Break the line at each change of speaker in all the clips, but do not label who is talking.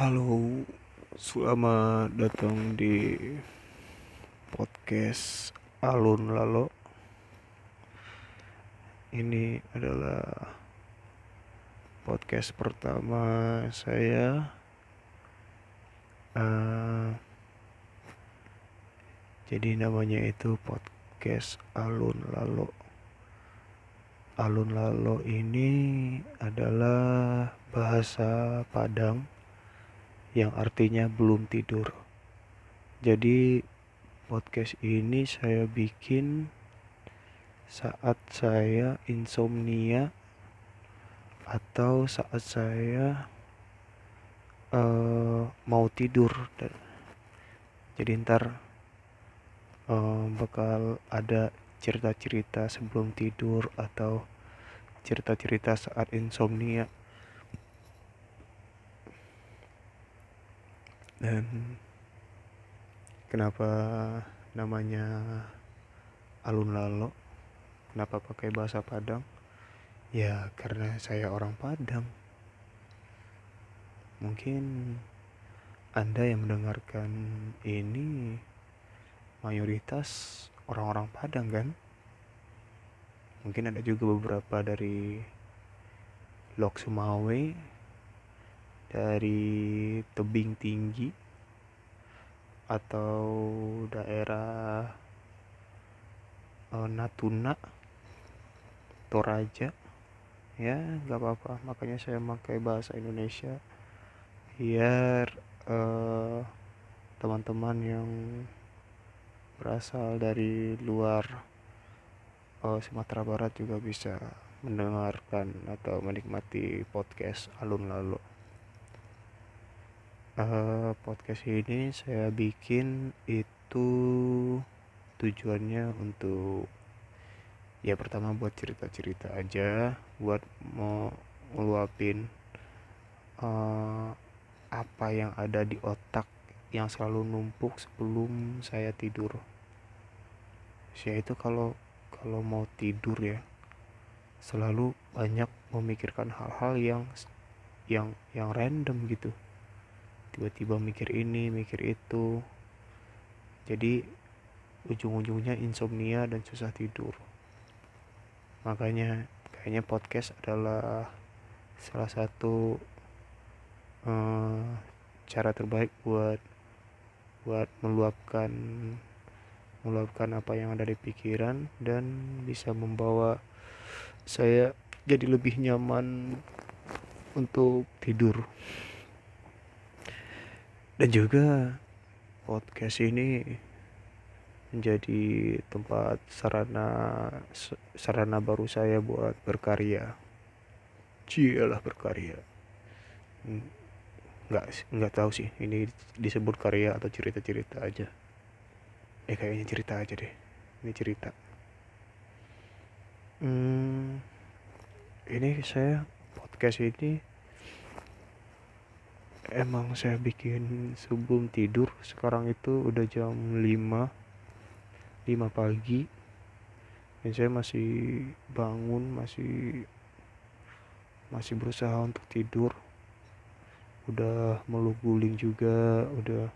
Halo, selamat datang di podcast Alun Lalo. Ini adalah podcast pertama saya. Eh, jadi namanya itu podcast Alun Lalo. Alun Lalo ini adalah bahasa Padang yang artinya belum tidur. Jadi podcast ini saya bikin saat saya insomnia atau saat saya mau tidur. Jadi ntar bakal ada cerita-cerita sebelum tidur atau cerita-cerita saat insomnia. Dan kenapa namanya Alun Lalo, kenapa pakai bahasa Padang? Ya karena saya orang Padang. Mungkin Anda yang mendengarkan ini mayoritas orang-orang Padang kan? Mungkin ada juga beberapa dari Lok Sumawe, dari tebing tinggi, atau daerah Natuna, Toraja. Ya nggak apa-apa, makanya saya pakai bahasa Indonesia biar teman-teman yang berasal dari luar Sumatera Barat juga bisa mendengarkan atau menikmati podcast Alun Lalo. Podcast ini saya bikin itu tujuannya untuk ya pertama buat cerita-cerita aja, buat mau ngeluapin eh, apa yang ada di otak yang selalu numpuk sebelum saya tidur. Saya itu kalau kalau mau tidur ya selalu banyak memikirkan hal-hal yang random gitu. Tiba-tiba mikir ini, mikir itu. Jadi ujung-ujungnya insomnia dan susah tidur. Makanya kayaknya podcast adalah salah satu eh, cara terbaik buat buat meluapkan apa yang ada di pikiran dan bisa membawa saya jadi lebih nyaman untuk tidur. Dan juga podcast ini menjadi tempat sarana baru saya buat berkarya. Cialah berkarya. Nggak tahu sih ini disebut karya atau cerita-cerita aja. Kayaknya cerita aja deh. Ini cerita. Ini saya podcast ini emang saya bikin sebelum tidur. Sekarang itu udah jam 5 pagi. Dan saya masih bangun, masih masih berusaha untuk tidur. Udah meluk guling juga,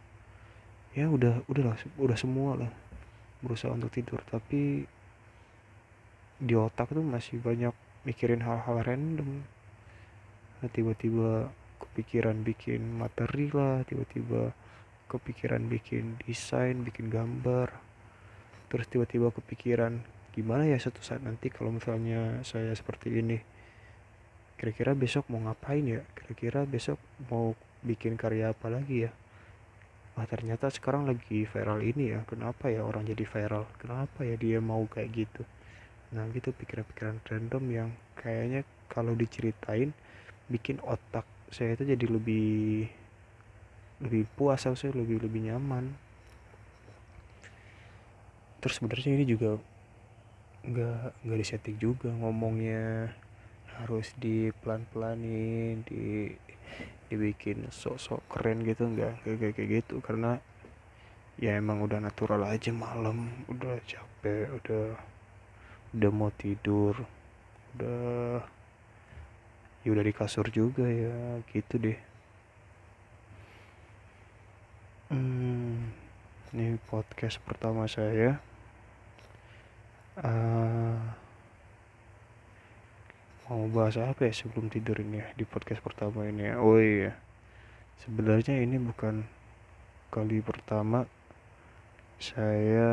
udah semua lah berusaha untuk tidur, tapi di otak tuh masih banyak mikirin hal-hal random. Tiba-tiba kepikiran bikin materi lah, tiba-tiba kepikiran bikin desain, bikin gambar, terus tiba-tiba kepikiran gimana ya suatu saat nanti kalau misalnya saya seperti ini, kira-kira besok mau ngapain ya, kira-kira besok mau bikin karya apa lagi ya. Wah ternyata sekarang lagi viral ini ya, kenapa ya orang jadi viral, kenapa ya dia mau kayak gitu. Nah gitu pikiran-pikiran random yang kayaknya kalau diceritain bikin otak saya itu jadi lebih lebih puas, saya lebih lebih nyaman. Terus sebenarnya ini juga nggak disetting juga ngomongnya, harus di pelan-pelanin, dibikin sok-sok keren gitu, nggak kayak gitu, karena ya emang udah natural aja, malam udah capek, udah mau tidur, udah ya udah di kasur juga ya gitu deh. Ini podcast pertama saya. Uh, mau bahas apa ya sebelum tidur ini ya di podcast pertama ini ya? Oh iya, sebenarnya ini bukan kali pertama saya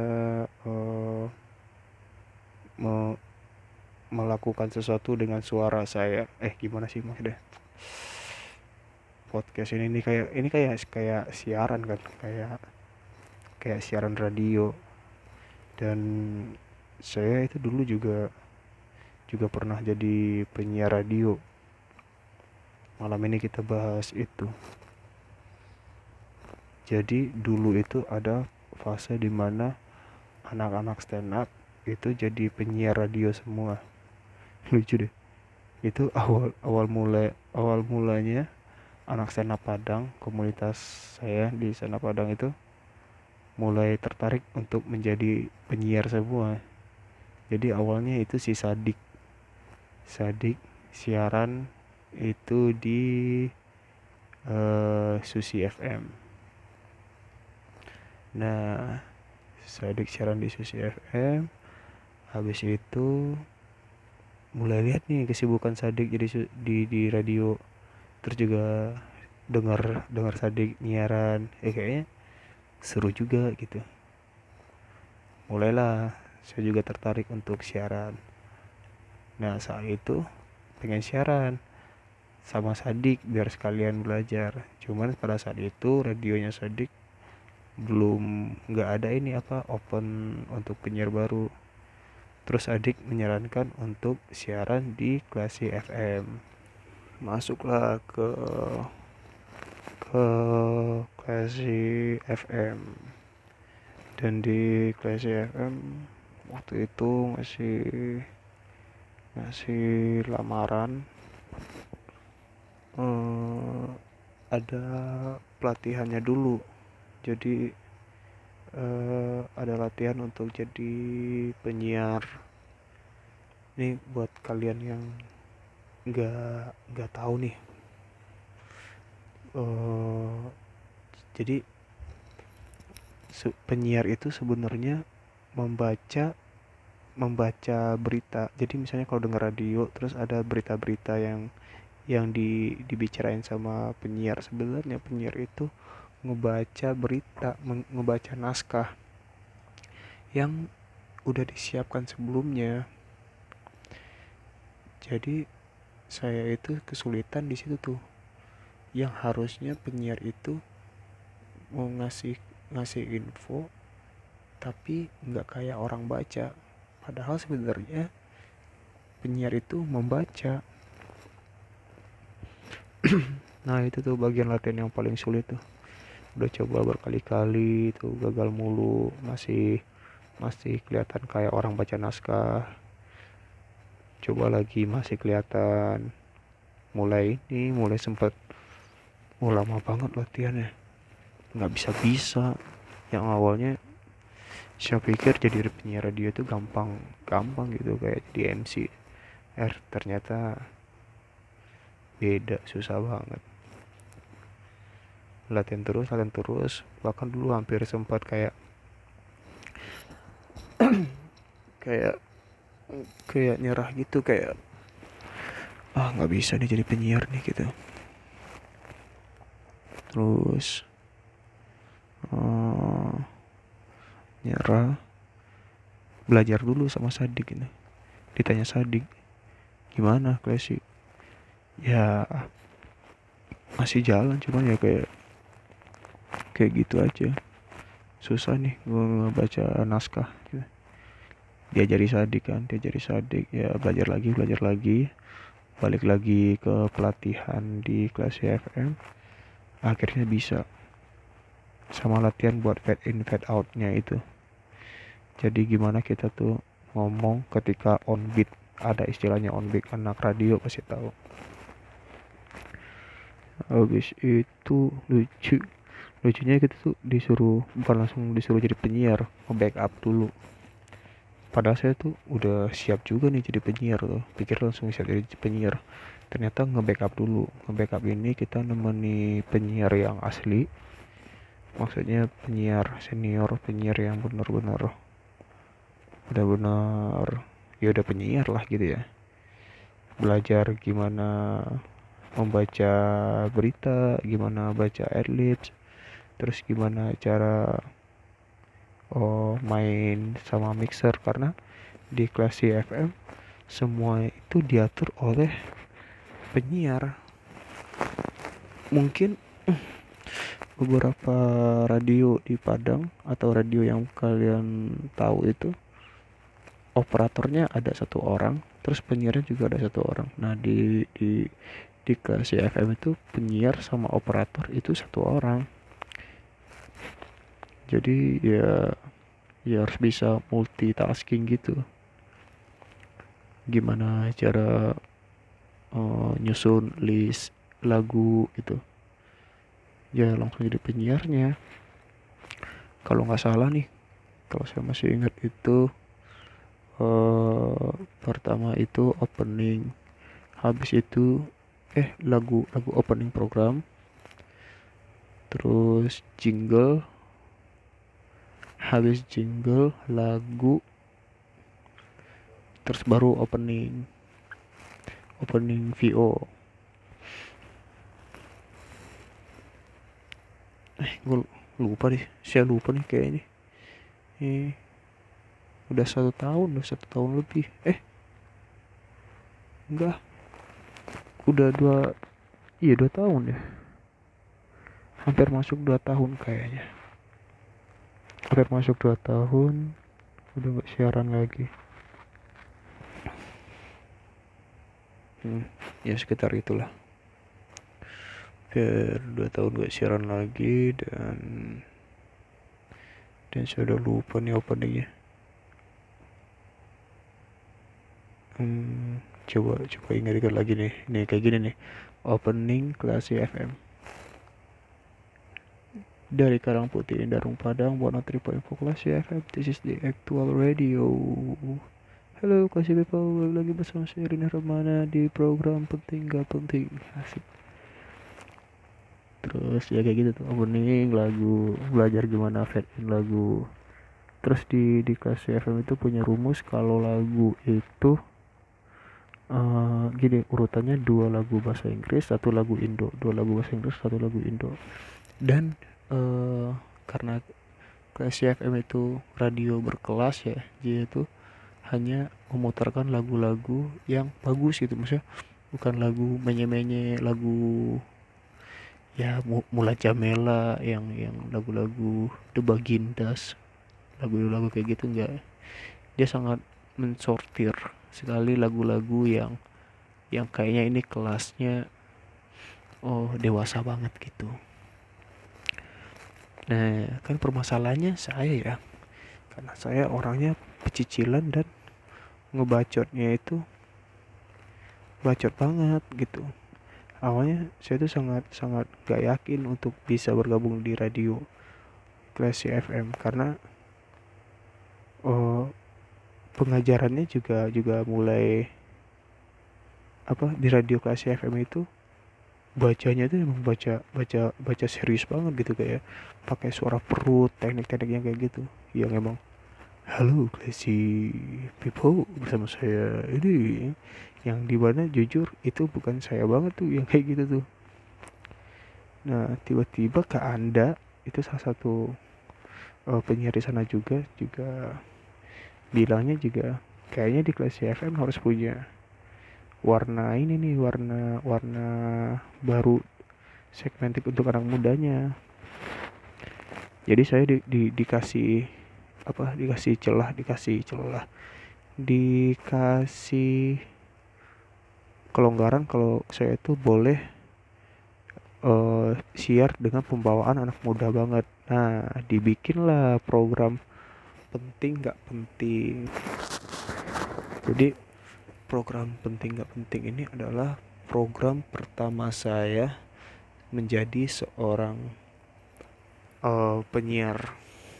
me- melakukan sesuatu dengan suara saya. Gimana sih maksudnya? Podcast ini kayak siaran kan, kayak siaran radio. Dan saya itu dulu juga juga pernah jadi penyiar radio. Malam ini kita bahas itu. Jadi dulu itu ada fase dimana anak-anak stand up itu jadi penyiar radio semua. Lucu deh. Itu awal mulanya anak stand up Padang, komunitas saya di stand up Padang itu mulai tertarik untuk menjadi penyiar semua. Jadi awalnya itu si Sadik siaran itu di Susi FM. Nah, Sadik siaran di Susi FM. Habis itu mulai lihat nih kesibukan Sadik jadi di radio. Terus juga dengar dengar Sadik nyiaran. Kayaknya seru juga gitu. Mulailah saya juga tertarik untuk siaran. Nah, saat itu pengen siaran sama Sadik biar sekalian belajar. Cuman pada saat itu radionya Sadik belum nggak ada ini apa open untuk penyiar baru. Terus Adik menyarankan untuk siaran di Klasi FM. Masuklah ke Klasi FM. Dan di Klasi FM waktu itu masih lamaran. Ada pelatihannya dulu. Jadi ada latihan untuk jadi penyiar. Ini buat kalian yang nggak tahu nih. Jadi penyiar itu sebenarnya membaca berita. Jadi misalnya kalau dengar radio terus ada berita-berita yang dibicarain sama penyiar, sebenarnya penyiar itu ngebaca berita, ngebaca naskah yang udah disiapkan sebelumnya. Jadi saya itu kesulitan di situ tuh. Yang harusnya penyiar itu mau ngasih info tapi nggak kayak orang baca. Padahal sebenarnya penyiar itu membaca. Nah, itu tuh bagian latihan yang paling sulit tuh. Udah coba berkali-kali tuh gagal mulu, masih kelihatan kayak orang baca naskah. Coba lagi masih kelihatan. Mulai sempat lama banget latihannya, nggak bisa. Yang awalnya saya pikir jadi penyiar radio itu gampang gitu kayak jadi MC. Ternyata beda, susah banget. Latihan terus, bahkan dulu hampir sempat kayak kayak nyerah gitu, kayak nggak bisa nih jadi penyiar nih gitu. Terus nyerah, belajar dulu sama Sadik ini. Ditanya Sadik, gimana Klesi? Ya masih jalan, cuman ya kayak gitu aja. Susah nih gue ngebaca naskah gitu. Diajari Sadik ya, belajar lagi, balik lagi ke pelatihan di kelas FM, akhirnya bisa. Sama latihan buat fade in fade outnya itu. Jadi gimana kita tuh ngomong ketika on beat, ada istilahnya on beat, anak radio pasti tahu. Habis itu lucunya kita tuh bukan langsung disuruh jadi penyiar, nge-backup dulu. Padahal saya tuh udah siap juga nih jadi penyiar tuh, pikir langsung siap jadi penyiar. Ternyata nge-backup dulu. Nge-backup ini kita nemeni penyiar yang asli, maksudnya penyiar senior, penyiar yang benar-benar ya udah penyiar lah gitu ya, belajar gimana membaca berita, gimana baca adlibs, terus gimana cara main sama mixer, karena di kelas CFM semua itu diatur oleh penyiar. Mungkin beberapa radio di Padang atau radio yang kalian tahu itu operatornya ada satu orang, terus penyiarnya juga ada satu orang. Nah di kelas CFM itu penyiar sama operator itu satu orang. Jadi ya harus bisa multitasking gitu. Gimana cara nyusun list lagu gitu, ya langsung jadi penyiarnya. Kalau nggak salah nih, kalau saya masih ingat itu pertama itu opening, habis itu lagu opening program, terus jingle, habis jingle lagu, terus baru opening VO. Gue lupa deh, saya lupa nih kayaknya. Udah satu tahun lebih. Enggak, udah 2 tahun ya, hampir masuk 2 tahun kayaknya, hampir masuk 2 tahun udah gak siaran lagi. Ya sekitar itulah, hampir 2 tahun gak siaran lagi, dan saya udah lupa nih openingnya. Coba ingat lagi nih kayak gini nih, opening kelas FM dari Karangputih, Darung Padang, 103.4 kelas FM. This is the actual radio. Halo classy people, balik lagi bersama saya Rina Romana di program Penting Gak Penting. Asik. Terus ya kayak gitu tuh, opening lagu, belajar gimana fade in lagu. Terus di kelas FM itu punya rumus kalau lagu itu gini urutannya, 2 lagu bahasa Inggris, 1 lagu Indo, 2 lagu bahasa Inggris, 1 lagu Indo. Dan karena kelas FM itu radio berkelas ya, jadi itu hanya memutarkan lagu-lagu yang bagus gitu, maksudnya bukan lagu menye-menye, lagu ya Mula Jamela, yang lagu-lagu The Bagindas, lagu-lagu kayak gitu enggak. Dia sangat mensortir sekali lagu-lagu yang kayaknya ini kelasnya dewasa banget gitu. Nah kan permasalahannya saya ya, karena saya orangnya pecicilan dan ngebacotnya itu bacot banget gitu. Awalnya saya tuh sangat gak yakin untuk bisa bergabung di radio Classy FM, karena pengajarannya juga mulai di radio Classy FM itu bacanya tuh emang baca serius banget gitu, kayak pakai suara perut, teknik-teknik yang kayak gitu, yang emang halo classy people, bersama saya ini, yang dimana jujur itu bukan saya banget tuh yang kayak gitu tuh. Nah tiba-tiba Kak Anda itu salah satu penyiar di sana juga bilangnya juga kayaknya di Classy FM harus punya warna ini nih, warna baru segmented untuk anak mudanya. Jadi saya dikasih dikasih kelonggaran kalau saya itu boleh siar dengan pembawaan anak muda banget. Nah dibikinlah program penting gak penting. Jadi program penting gak penting ini adalah program pertama saya menjadi seorang penyiar.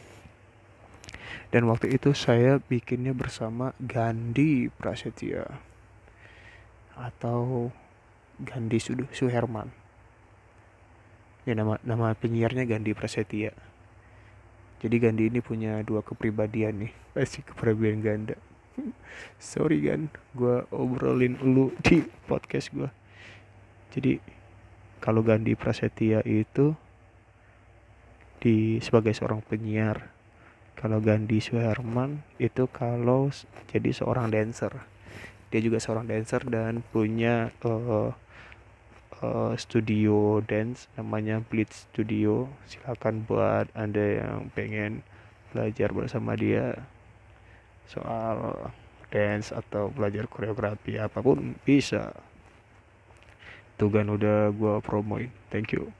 Dan waktu itu saya bikinnya bersama Gandhi Prasetya atau Gandhi Suherman. Ya, nama penyiarnya Gandhi Prasetya. Jadi Gandhi ini punya dua kepribadian nih, pasti kepribadian ganda. Sorry kan, gue obrolin lu di podcast gue. Jadi kalau Gandhi Prasetya itu sebagai seorang penyiar. Kalau Gandhi Suherman itu jadi seorang dancer. Dia juga seorang dancer dan punya studio dance namanya Blitz Studio. Silakan buat Anda yang pengen belajar bersama dia soal dance atau belajar koreografi apapun bisa. Tuh kan udah gue promoin. Thank you.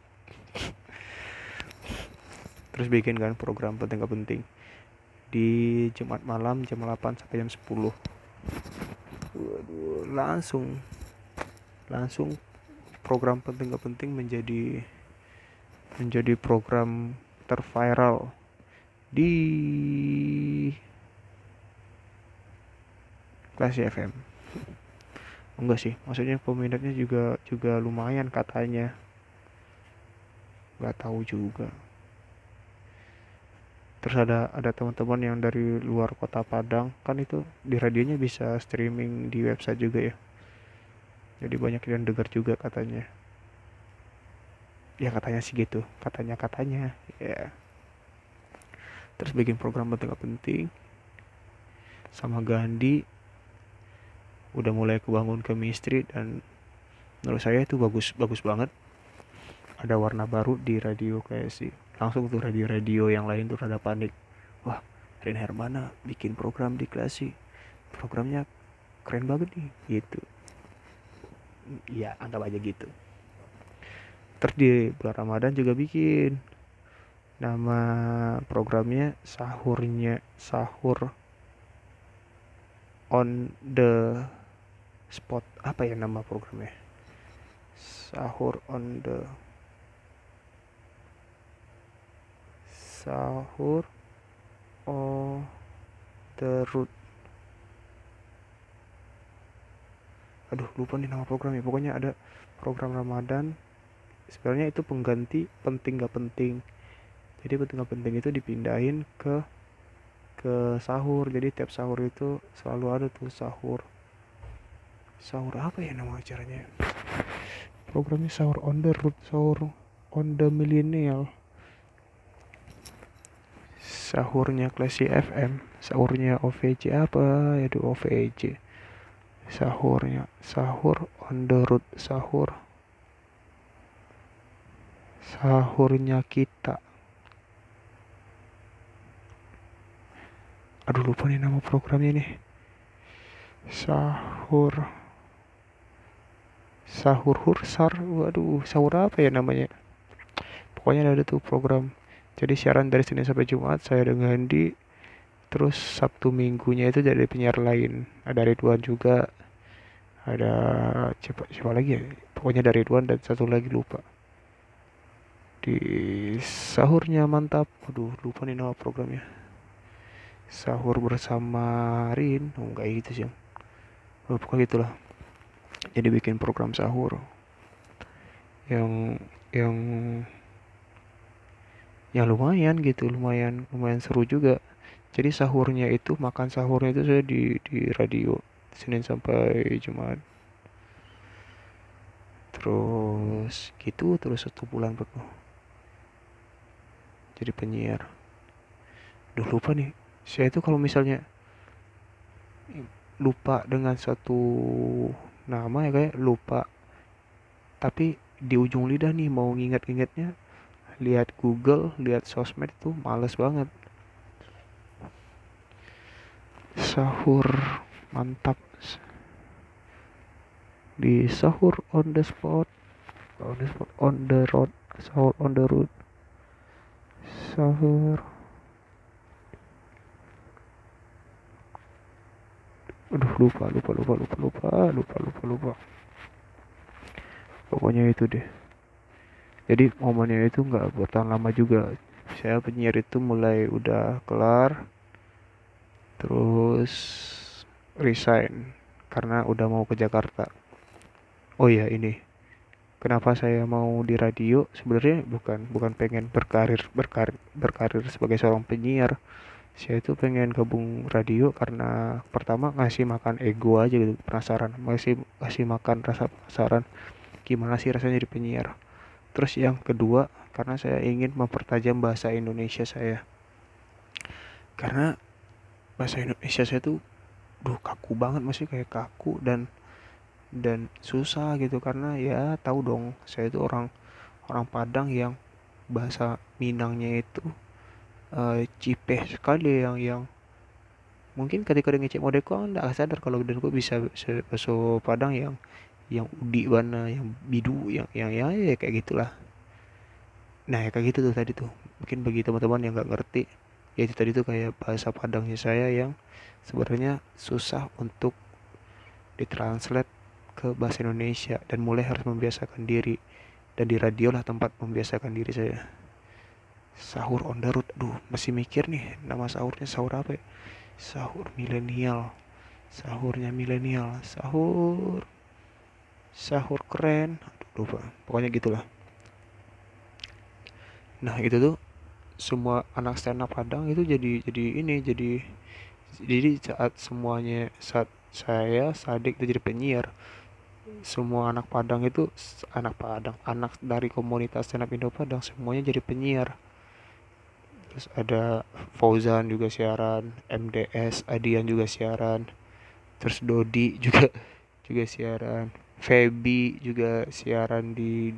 Terus bikin kan program penting gak penting di Jumat malam jam 8 sampai jam 10. Waduh, langsung program penting gak penting menjadi program terviral di Classy FM. Enggak sih, maksudnya peminatnya juga lumayan katanya. Nggak tahu juga. Terus ada teman-teman yang dari luar kota Padang, kan itu di radionya bisa streaming di website juga ya. Jadi banyak yang dengar juga katanya. Ya katanya sih gitu, katanya ya. Terus bikin program penting gak penting sama Gandhi udah mulai kebangun chemistry, dan menurut saya itu bagus bagus banget. Ada warna baru di radio kayak sih. Langsung tuh radio-radio yang lain tuh rada panik. Wah, Rin Hermana bikin program di Klasi. Programnya keren banget nih gitu. Ya anggap aja gitu. Terus di bulan Ramadan juga bikin nama programnya sahur on the spot. Apa ya nama programnya? Sahur on the road. Aduh lupa nih nama programnya. Pokoknya ada program Ramadan. Sebenarnya itu pengganti penting gak penting. Jadi penting gak penting itu dipindahin ke sahur. Jadi tiap sahur itu selalu ada tuh sahur apa ya nama acaranya? Programnya sahur on the road, sahur on the millennial. Sahurnya Classy FM, sahurnya OVJ apa? Aduh OVJ. Sahur on the road, sahurnya kita. Aduh lupa nih nama programnya nih. Sahur Hursar. Waduh, sahur apa ya namanya? Pokoknya ada tuh program. Jadi siaran dari Senin sampai Jumat saya dengan Andi. Terus Sabtu Minggunya itu dari penyiar lain. Ada Ridwan juga. Ada siapa lagi ya? Pokoknya dari Ridwan dan satu lagi lupa. Di sahurnya mantap. Aduh, lupa nih nama programnya. Sahur bersama Rin. Oh, enggak gitu sih. Oh, pokoknya gitulah. Jadi bikin program sahur yang yang yang lumayan gitu, lumayan seru juga. Jadi makan sahurnya itu saya di radio Senin sampai Jumat. Terus gitu terus 1 bulan penuh jadi penyiar. Duh lupa nih, saya itu kalau misalnya lupa dengan satu nama ya kayak lupa, tapi di ujung lidah nih mau nginget-ngingetnya, lihat Google, lihat sosmed tuh males banget. Sahur mantap di sahur on the spot, on the road, sahur on the road, sahur. Aduh lupa. Pokoknya itu deh. Jadi momennya itu nggak bertahan lama juga. Saya penyiar itu mulai udah kelar, terus resign karena udah mau ke Jakarta. Oh iya ini kenapa saya mau di radio, sebenarnya bukan pengen berkarir sebagai seorang penyiar. Saya tuh pengen gabung radio karena pertama ngasih makan ego aja gitu, penasaran, masih ngasih makan rasa penasaran gimana sih rasanya jadi penyiar. Terus yang kedua, karena saya ingin mempertajam bahasa Indonesia saya. Karena bahasa Indonesia saya tuh kaku banget, masih kayak kaku dan susah gitu, karena ya tahu dong, saya itu orang orang Padang yang bahasa Minangnya itu cipeh sekali, yang mungkin ketika dia ngecek modeko kan nggak sadar kalau dan gue bisa bahasa Padang yang udi bana, yang bidu, yang ya kayak gitulah. Nah ya kayak gitu tuh tadi tuh, mungkin bagi teman-teman yang nggak ngerti, ya itu tadi tuh kayak bahasa Padangnya saya yang sebenarnya susah untuk ditranslate ke bahasa Indonesia, dan mulai harus membiasakan diri, dan di radio lah tempat membiasakan diri saya. Sahur on the road, aduh masih mikir nih nama sahurnya sahur apa ya. Sahur milenial, sahurnya milenial, sahur sahur keren, aduh lupa pokoknya gitulah. Nah itu tuh semua anak stand up Padang itu jadi saat semuanya, saat saya Sadik itu jadi penyiar, semua anak Padang itu, anak dari komunitas stand up Indo Padang semuanya jadi penyiar. Terus ada Fauzan juga siaran, MDS Adian juga siaran, terus Dodi juga juga siaran, Feby juga siaran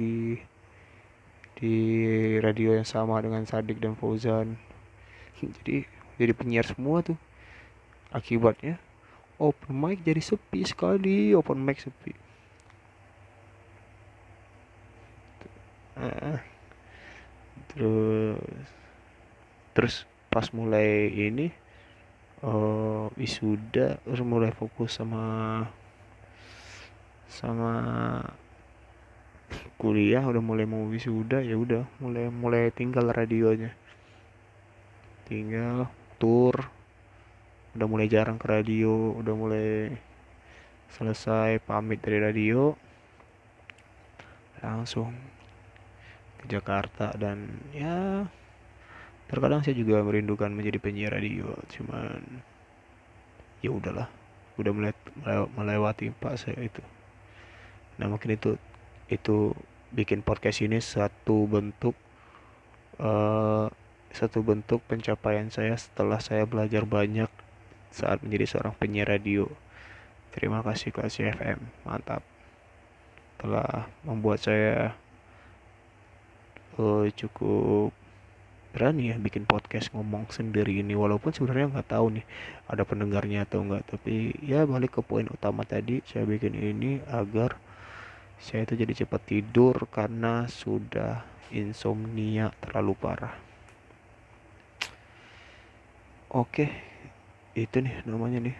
di radio yang sama dengan Sadik dan Fauzan. Jadi penyiar semua tuh. Akibatnya open mic jadi sepi sekali, open mic sepi. Ah, terus terus pas mulai ini wisuda, terus mulai fokus sama sama kuliah, udah mulai mau wisuda, ya udah mulai tinggal radionya, tinggal tour, udah mulai jarang ke radio, udah mulai selesai pamit dari radio langsung ke Jakarta. Dan ya terkadang saya juga merindukan menjadi penyiar radio, cuman ya udahlah, udah melewati fase itu. Nah mungkin itu bikin podcast ini eh, satu bentuk pencapaian saya setelah saya belajar banyak saat menjadi seorang penyiar radio. Terima kasih Klasi FM, mantap, telah membuat saya cukup berani ya bikin podcast ngomong sendiri ini, walaupun sebenarnya nggak tahu nih ada pendengarnya atau enggak, tapi ya balik ke poin utama tadi, saya bikin ini agar saya itu jadi cepat tidur karena sudah insomnia terlalu parah. Oke, itu nih namanya nih.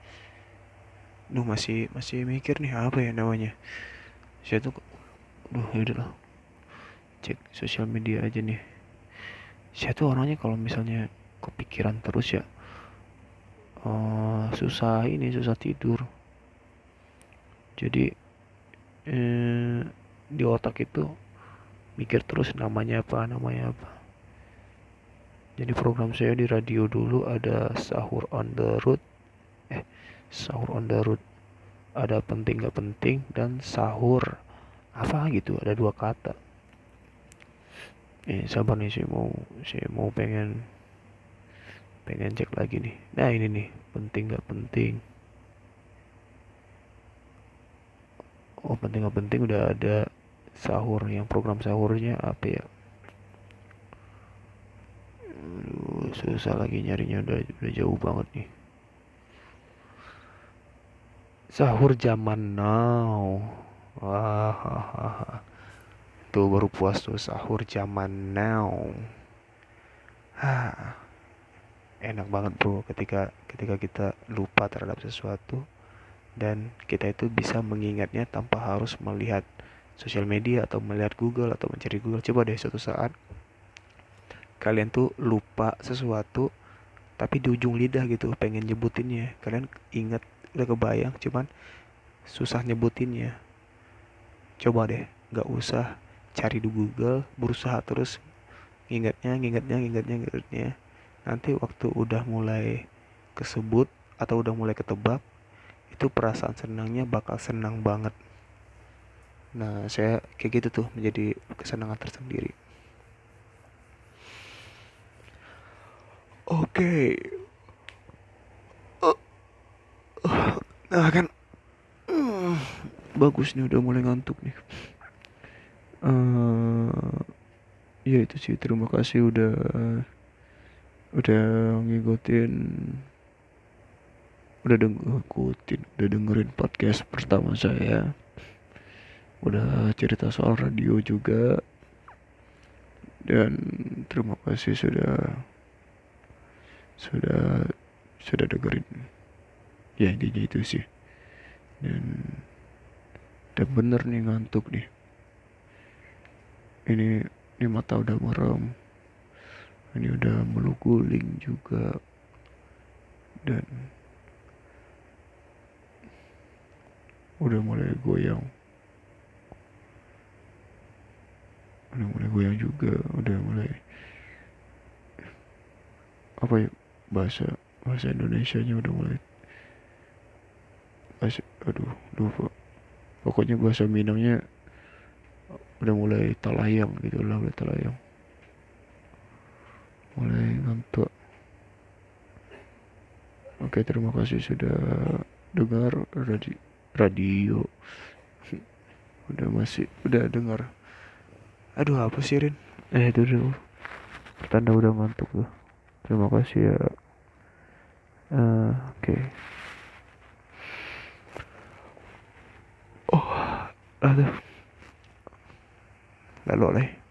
Masih mikir nih apa ya namanya. Saya tuh yaudah lah, cek sosial media aja nih. Saya tuh orangnya kalau misalnya kepikiran terus ya susah tidur. Jadi di otak itu mikir terus namanya apa. Jadi program saya di radio dulu ada sahur on the road, ada penting gak penting, dan sahur apa gitu, ada dua kata. Sabar nih, saya mau pengen cek lagi nih. Nah ini nih, penting gak penting. Oh penting gak penting udah ada. Sahur, yang program sahurnya apa ya, susah lagi nyarinya, udah jauh banget nih. Sahur zaman now, wah, tuh baru puas tuh, sahur zaman now. Enak banget bro, ketika kita lupa terhadap sesuatu dan kita itu bisa mengingatnya tanpa harus melihat sosial media atau melihat Google atau mencari Google. Coba deh suatu saat kalian tuh lupa sesuatu tapi di ujung lidah gitu pengen nyebutinnya, kalian ingat, udah kebayang, cuman susah nyebutinnya. Coba deh nggak usah cari di Google, berusaha terus ngingetnya. Nanti waktu udah mulai kesebut atau udah mulai ketebak, itu perasaan senangnya bakal senang banget. Nah, saya kayak gitu tuh, menjadi kesenangan tersendiri. Oke. Nah kan, bagus nih, udah mulai ngantuk nih. Ya itu sih, terima kasih udah ngikutin, udah dengerin podcast pertama saya. Udah cerita soal radio juga. Dan terima kasih sudah sudah dengerin. Ya intinya itu sih. Dan bener nih, ngantuk nih. Ini mata udah merem. Ini udah melu guling juga. Dan udah mulai goyang. Juga. Udah mulai apa ya, bahasa Indonesianya udah mulai lupa. Pokoknya bahasa Minangnya udah mulai talayang gitu lah, udah talayang, mulai ngantuk. Oke, terima kasih sudah dengar radio. Udah dengar. Aduh, apa sih, Rin? Itu dulu pertanda udah ngantuk tuh. Terima kasih ya. Oke. Oh, aduh, lalu oleh